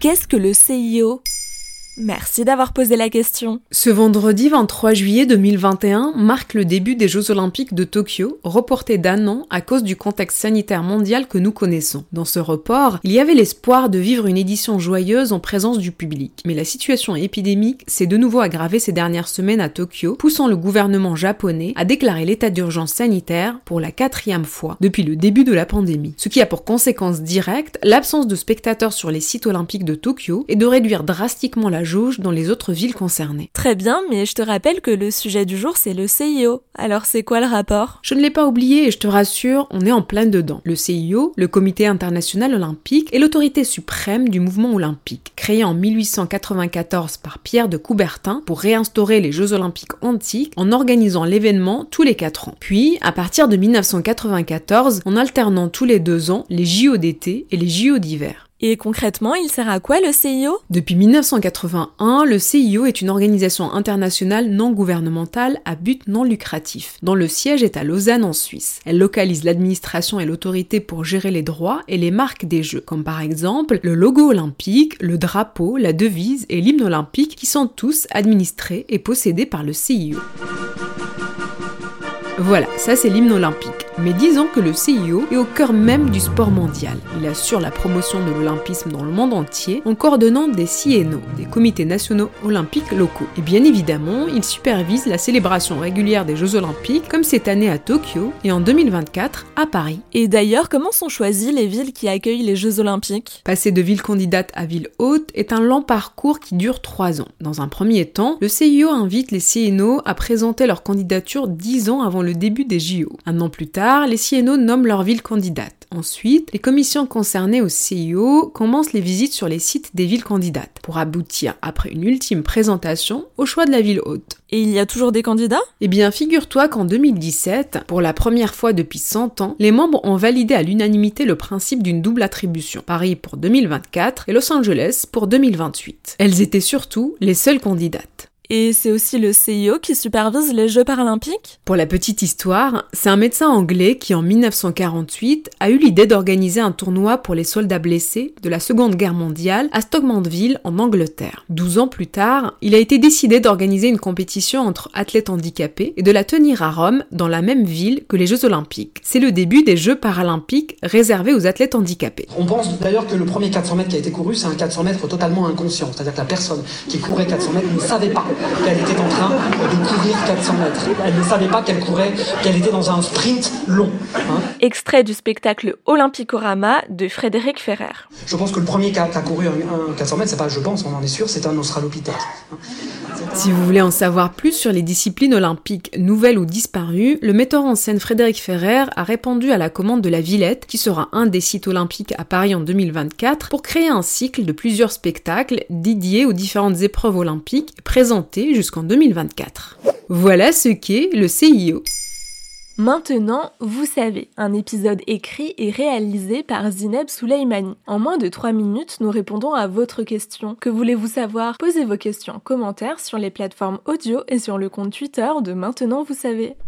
qu'est-ce que le CIO ? Merci d'avoir posé la question. Ce vendredi 23 juillet 2021 marque le début des Jeux Olympiques de Tokyo, reportés d'1 an à cause du contexte sanitaire mondial que nous connaissons. Dans ce report, il y avait l'espoir de vivre une édition joyeuse en présence du public. Mais la situation épidémique s'est de nouveau aggravée ces dernières semaines à Tokyo, poussant le gouvernement japonais à déclarer l'état d'urgence sanitaire pour la 4e fois depuis le début de la pandémie. Ce qui a pour conséquence directe l'absence de spectateurs sur les sites olympiques de Tokyo et de réduire drastiquement la jauge dans les autres villes concernées. Très bien, mais je te rappelle que le sujet du jour c'est le CIO. Alors c'est quoi le rapport ? Je ne l'ai pas oublié et je te rassure, on est en plein dedans. Le CIO, le Comité international olympique, est l'autorité suprême du mouvement olympique, créé en 1894 par Pierre de Coubertin pour réinstaurer les Jeux olympiques antiques en organisant l'événement tous les 4 ans. Puis, à partir de 1994, en alternant tous les 2 ans les JO d'été et les JO d'hiver. Et concrètement, il sert à quoi le CIO ? Depuis 1981, le CIO est une organisation internationale non gouvernementale à but non lucratif, dont le siège est à Lausanne en Suisse. Elle localise l'administration et l'autorité pour gérer les droits et les marques des Jeux, comme par exemple le logo olympique, le drapeau, la devise et l'hymne olympique qui sont tous administrés et possédés par le CIO. Voilà, ça c'est l'hymne olympique. Mais disons que le CIO est au cœur même du sport mondial. Il assure la promotion de l'olympisme dans le monde entier en coordonnant des CNO, des comités nationaux olympiques locaux. Et bien évidemment, il supervise la célébration régulière des Jeux olympiques, comme cette année à Tokyo et en 2024 à Paris. Et d'ailleurs, comment sont choisies les villes qui accueillent les Jeux olympiques ? Passer de ville candidate à ville hôte est un long parcours qui dure 3 ans. Dans un premier temps, le CIO invite les CNO à présenter leur candidature 10 ans avant le début des JO. 1 an plus tard, les CNO nomment leur ville candidate. Ensuite, les commissions concernées au CIO commencent les visites sur les sites des villes candidates, pour aboutir, après une ultime présentation, au choix de la ville hôte. Et il y a toujours des candidats ? Eh bien, figure-toi qu'en 2017, pour la première fois depuis 100 ans, les membres ont validé à l'unanimité le principe d'une double attribution. Paris pour 2024 et Los Angeles pour 2028. Elles étaient surtout les seules candidates. Et c'est aussi le CIO qui supervise les Jeux paralympiques ? Pour la petite histoire, c'est un médecin anglais qui en 1948 a eu l'idée d'organiser un tournoi pour les soldats blessés de la Seconde Guerre mondiale à Stoke-Mandeville en Angleterre. 12 ans plus tard, il a été décidé d'organiser une compétition entre athlètes handicapés et de la tenir à Rome dans la même ville que les Jeux olympiques. C'est le début des Jeux paralympiques réservés aux athlètes handicapés. On pense d'ailleurs que le premier 400 mètres qui a été couru, c'est un 400 mètres totalement inconscient. C'est-à-dire que la personne qui courait 400 mètres ne savait pas qu'elle était en train de courir 400 mètres. Elle ne savait pas qu'elle était dans un sprint long. Extrait du spectacle Olympicorama de Frédéric Ferrer. Je pense que le premier qui a couru un 400 mètres, c'est pas je pense, on en est sûr, c'est un australopithèque. Si vous voulez en savoir plus sur les disciplines olympiques nouvelles ou disparues, le metteur en scène Frédéric Ferrer a répondu à la commande de la Villette, qui sera un des sites olympiques à Paris en 2024, pour créer un cycle de plusieurs spectacles dédiés aux différentes épreuves olympiques présentées jusqu'en 2024. Voilà ce qu'est le CIO. Maintenant, vous savez, un épisode écrit et réalisé par Zineb Souleimani. En moins de 3 minutes, nous répondons à votre question. Que voulez-vous savoir ? Posez vos questions en commentaire sur les plateformes audio et sur le compte Twitter de Maintenant, vous savez.